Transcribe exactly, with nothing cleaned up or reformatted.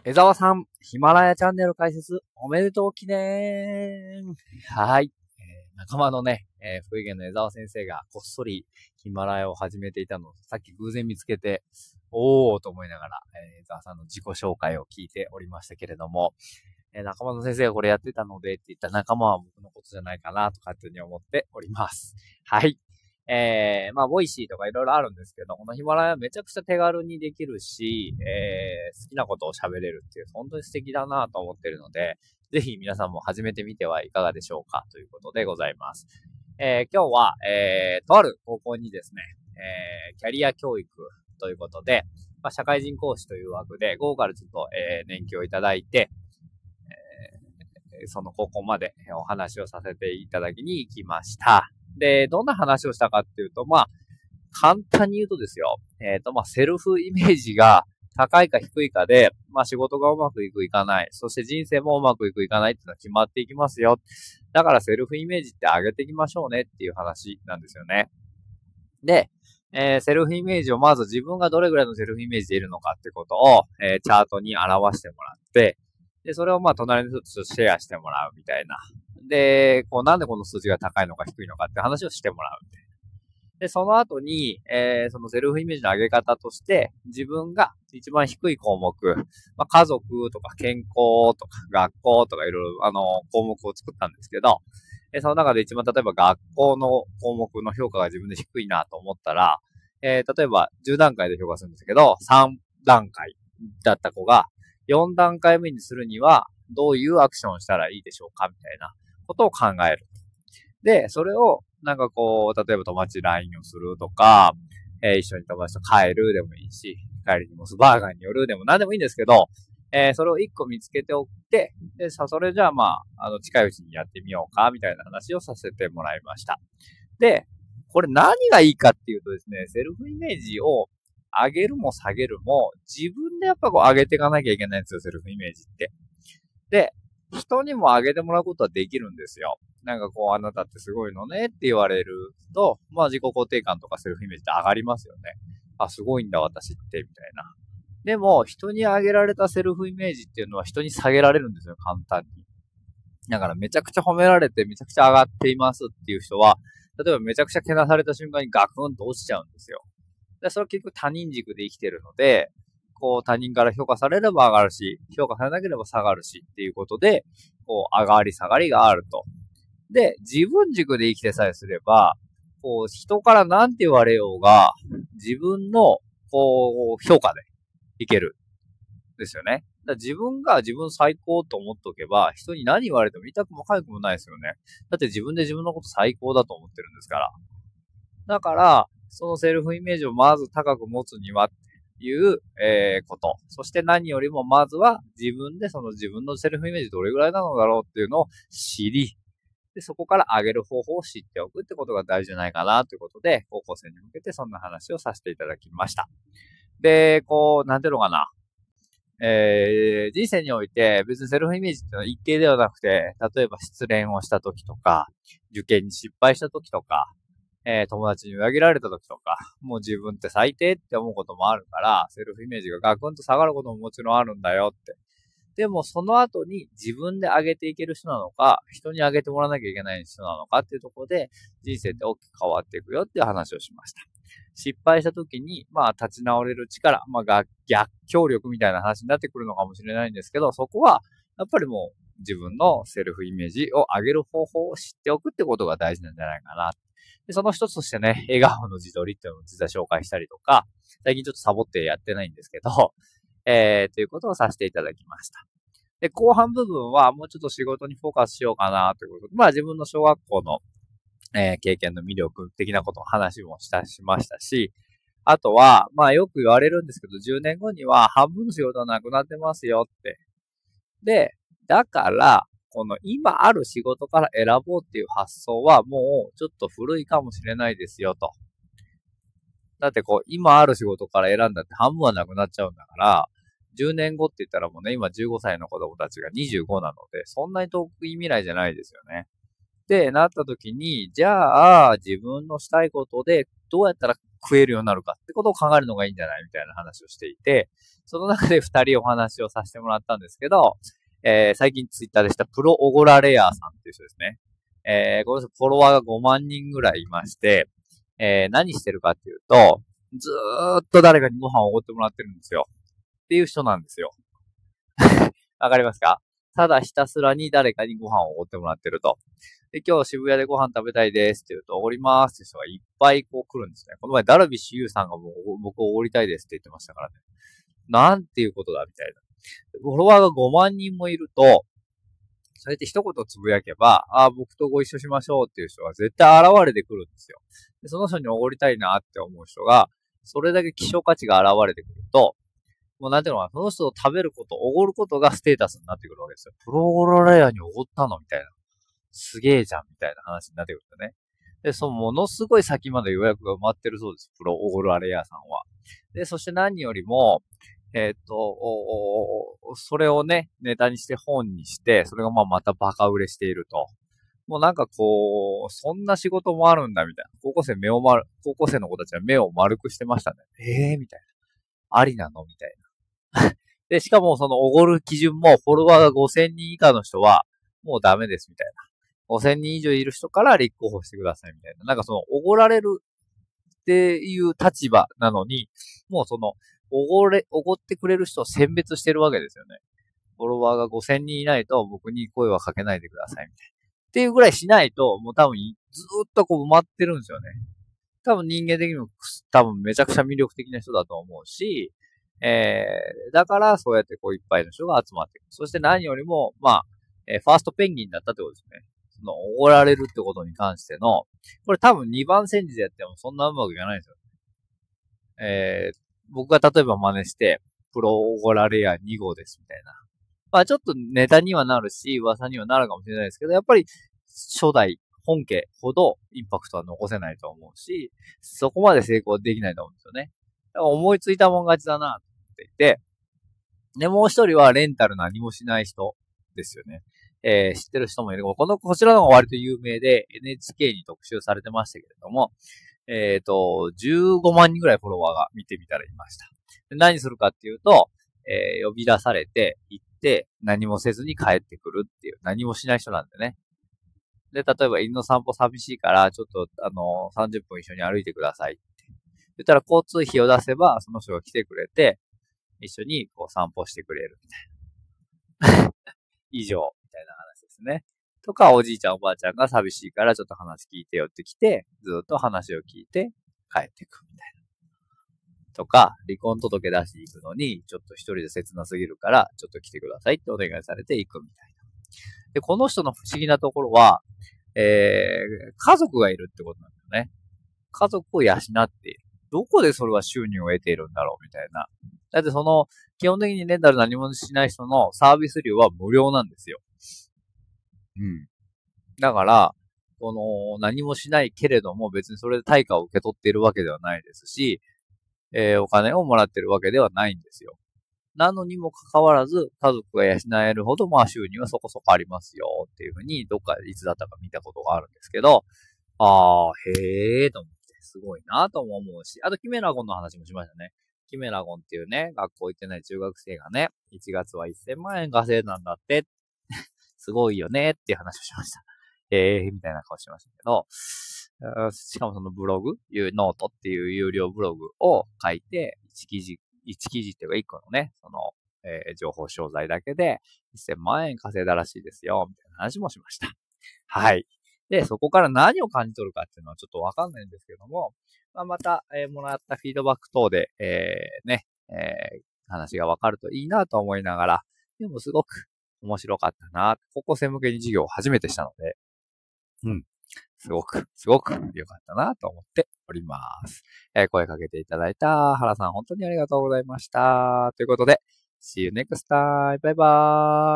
江沢さん、ヒマラヤチャンネル開設おめでとう記念。はい。えー、仲間のね、えー、福井県の江沢先生がこっそりヒマラヤを始めていたのをさっき偶然見つけて、おーと思いながら、えー、江沢さんの自己紹介を聞いておりましたけれども、えー、仲間の先生がこれやってたのでって言った仲間は僕のことじゃないかなと勝手に思っております。はい。えー、まあ、ボイシーとかいろいろあるんですけど、このヒマラヤめちゃくちゃ手軽にできるし、えー、好きなことを喋れるっていう、本当に素敵だなと思ってるので、ぜひ皆さんも始めてみてはいかがでしょうかということでございます。えー、今日は、えー、とある高校にですね、えー、キャリア教育ということで、まあ、社会人講師という枠で、午後からちょっと、えー、年季をいただいて、えー、その高校までお話をさせていただきに行きました。で、どんな話をしたかっていうと、まあ、簡単に言うとですよ、えっと、まあ、セルフイメージが高いか低いかで、まあ、仕事がうまくいくいかない、そして人生もうまくいくいかないっていうのは決まっていきますよ。だからセルフイメージって上げていきましょうねっていう話なんですよね。で、えー、セルフイメージをまず自分がどれぐらいのセルフイメージでいるのかってことを、えー、チャートに表してもらって、で、それをまあ隣の人とシェアしてもらうみたいな。で、こうなんでこの数字が高いのか低いのかって話をしてもらうみたいな。で、その後に、えー、そのセルフイメージの上げ方として、自分が一番低い項目、まあ、家族とか健康とか学校とかいろいろ、あの、項目を作ったんですけど、えー、その中で一番例えば学校の項目の評価が自分で低いなと思ったら、えー、例えばじゅう段階で評価するんですけど、さん段階だった子が、よん段階目にするには、どういうアクションをしたらいいでしょうかみたいなことを考える。で、それを、なんかこう、例えば友達 ライン をするとか、えー、一緒に友達と帰るでもいいし、帰りにモスバーガーに寄るでも何でもいいんですけど、えー、それを一個見つけておって、で、さ、それじゃあまあ、あの、近いうちにやってみようか、みたいな話をさせてもらいました。で、これ何がいいかっていうとですね、セルフイメージを上げるも下げるも、自分でやっぱこう上げていかなきゃいけないんですよ、セルフイメージって。で、人にも上げてもらうことはできるんですよ。なんかこう、あなたってすごいのねって言われると、まあ自己肯定感とかセルフイメージって上がりますよね。あ、すごいんだ私って、みたいな。でも、人に上げられたセルフイメージっていうのは人に下げられるんですよ、簡単に。だからめちゃくちゃ褒められてめちゃくちゃ上がっていますっていう人は、例えばめちゃくちゃけなされた瞬間にガクンと落ちちゃうんですよ。で、それは結局他人軸で生きてるので、こう他人から評価されれば上がるし、評価されなければ下がるしっていうことで、こう上がり下がりがあると。で、自分軸で生きてさえすれば、こう人から何て言われようが、自分のこう評価でいける。ですよね。だ自分が自分最高と思っておけば、人に何言われても痛くも痒くもないですよね。だって自分で自分のこと最高だと思ってるんですから。だから、そのセルフイメージをまず高く持つにはっていう、えー、こと。そして何よりもまずは自分でその自分のセルフイメージどれぐらいなのだろうっていうのを知り、で、そこから上げる方法を知っておくってことが大事じゃないかなということで、高校生に向けてそんな話をさせていただきました。で、こう、なんていうのかな。えー、人生において別にセルフイメージっていうのは一定ではなくて、例えば失恋をした時とか、受験に失敗した時とか、えー、友達に裏切られた時とか、もう自分って最低って思うこともあるから、セルフイメージがガクンと下がることももちろんあるんだよって。でもその後に自分で上げていける人なのか、人に上げてもらわなきゃいけない人なのかっていうところで、人生って大きく変わっていくよっていう話をしました。失敗した時に、まあ立ち直れる力、まあ逆境力みたいな話になってくるのかもしれないんですけど、そこはやっぱりもう自分のセルフイメージを上げる方法を知っておくってことが大事なんじゃないかな。で、その一つとしてね、笑顔の自撮りっていうのを実は紹介したりとか、最近ちょっとサボってやってないんですけど、えー、ということをさせていただきました。で、後半部分はもうちょっと仕事にフォーカスしようかなということで、まあ自分の小学校の、えー、経験の魅力的なことを話もしたしましたし、あとは、まあよく言われるんですけど、じゅうねんごには半分の仕事はなくなってますよって。で、だから、この今ある仕事から選ぼうっていう発想はもうちょっと古いかもしれないですよと。だってこう、今ある仕事から選んだって半分はなくなっちゃうんだから、じゅうねんごって言ったらもうね、今じゅうごさいの子供たちがにじゅうごなので、そんなに遠くい未来じゃないですよね。で、なった時に、じゃあ、自分のしたいことで、どうやったら食えるようになるかってことを考えるのがいいんじゃないみたいな話をしていて、その中で二人お話をさせてもらったんですけど、えー、最近ツイッターでしたプロオゴラレアさんっていう人ですね。えー、この人フォロワーがごまんにんぐらいいまして、えー、何してるかっていうと、ずーっと誰かにご飯をおごってもらってるんですよ。っていう人なんですよ。わかりますか？ただひたすらに誰かにご飯をおごってもらってると。で、今日渋谷でご飯食べたいですって言うと、おごりますって人がいっぱいこう来るんですね。この前ダルビッシュ有さんがもう僕をおごりたいですって言ってましたからね。なんていうことだみたいな。フォロワーがごまんにんもいると、そうやって一言つぶやけば、ああ、僕とご一緒しましょうっていう人が絶対現れてくるんですよ。で、その人におごりたいなって思う人が、それだけ希少価値が現れてくると、もうなんていうのかな、その人を食べること、おごることがステータスになってくるわけですよ。プロオロライアにおごったのみたいな。すげえじゃんみたいな話になってくるんだね。で、そのものすごい先まで予約が埋まってるそうです。プロオゴラレアさんは。で、そして何よりも、えっ、ー、と、それをね、ネタにして本にして、それがまあまたバカ売れしていると。もうなんかこう、そんな仕事もあるんだみたいな。高校生目を丸、高校生の子たちは目を丸くしてましたね。えーみたいな。ありなのみたいな。で、しかもそのおごる基準もフォロワーがごせんにん以下の人はもうダメですみたいな。ごせんにん以上いる人から立候補してくださいみたいな。なんかそのおごられるっていう立場なのに、もうそのおごれ、おごってくれる人を選別してるわけですよね。フォロワーがごせんにんいないと僕に声はかけないでくださいみたいな。っていうぐらいしないと、もう多分ずーっとこう埋まってるんですよね。多分人間的にも多分めちゃくちゃ魅力的な人だと思うし、えー、だからそうやってこういっぱいの人が集まってくる。そして何よりも、まあ、えー、ファーストペンギンだったってことですね。その、おごられるってことに関しての、これ多分にばん煎じでやってもそんなうまくいかないんですよ。えー、僕が例えば真似して、プロオゴラレアに号ですみたいな。まあちょっとネタにはなるし、噂にはなるかもしれないですけど、やっぱり初代、本家ほどインパクトは残せないと思うし、そこまで成功できないと思うんですよね。だから思いついたもん勝ちだなと思っていて、で、もう一人はレンタル何もしない人ですよね。えー、知ってる人もいる。この、こちらの方が割と有名で エヌエイチケー に特集されてましたけれども、えっと、じゅうごまんにんぐらいフォロワーが見てみたらいました。で何するかっていうと、えー、呼び出されて、行って、何もせずに帰ってくるっていう、何もしない人なんでね。で、例えば犬の散歩寂しいから、ちょっと、あのー、さんじゅっぷん一緒に歩いてくださいって。言ったら交通費を出せば、その人が来てくれて、一緒にこう散歩してくれるみたいな。以上、みたいな話ですね。とか、おじいちゃんおばあちゃんが寂しいからちょっと話聞いてよって来て、ずっと話を聞いて帰っていくみたいな。とか、離婚届出しに行くのに、ちょっと一人で切なすぎるから、ちょっと来てくださいってお願いされて行くみたいな。で、この人の不思議なところは、えー、家族がいるってことなんだよね。家族を養っている。どこでそれは収入を得ているんだろうみたいな。だってその、基本的にレンタル何もしない人のサービス料は無料なんですよ。うん。だから、この、何もしないけれども別にそれで対価を受け取っているわけではないですし、えー、お金をもらってるわけではないんですよ。なのにもかかわらず、家族が養えるほど、まあ収入はそこそこありますよっていうふうに、どっかでいつだったか見たことがあるんですけど、あー、へーと思って、すごいなとも思うし、あとキメラゴンの話もしましたね。キメラゴンっていうね、学校行ってない中学生がね、いちがつはせんまん円稼いだんだって、すごいよねっていう話をしました。えー、みたいな顔しましたけど、しかもそのブログ、いうノートっていう有料ブログを書いて、いち記事、いち記事っていうかいっこのね、その、えー、情報商材だけでせんまん円稼いだらしいですよ、みたいな話もしました。はい。で、そこから何を感じ取るかっていうのはちょっとわかんないんですけども、まあ、また、えー、もらったフィードバック等で、えー、ね、えー、話がわかるといいなと思いながら、でもすごく面白かったな。高校生向けに授業を初めてしたので、うん。すごく、すごく良かったなと思っております。えー、声かけていただいた原さん、本当にありがとうございました。ということで、See you next time. バイバーイ。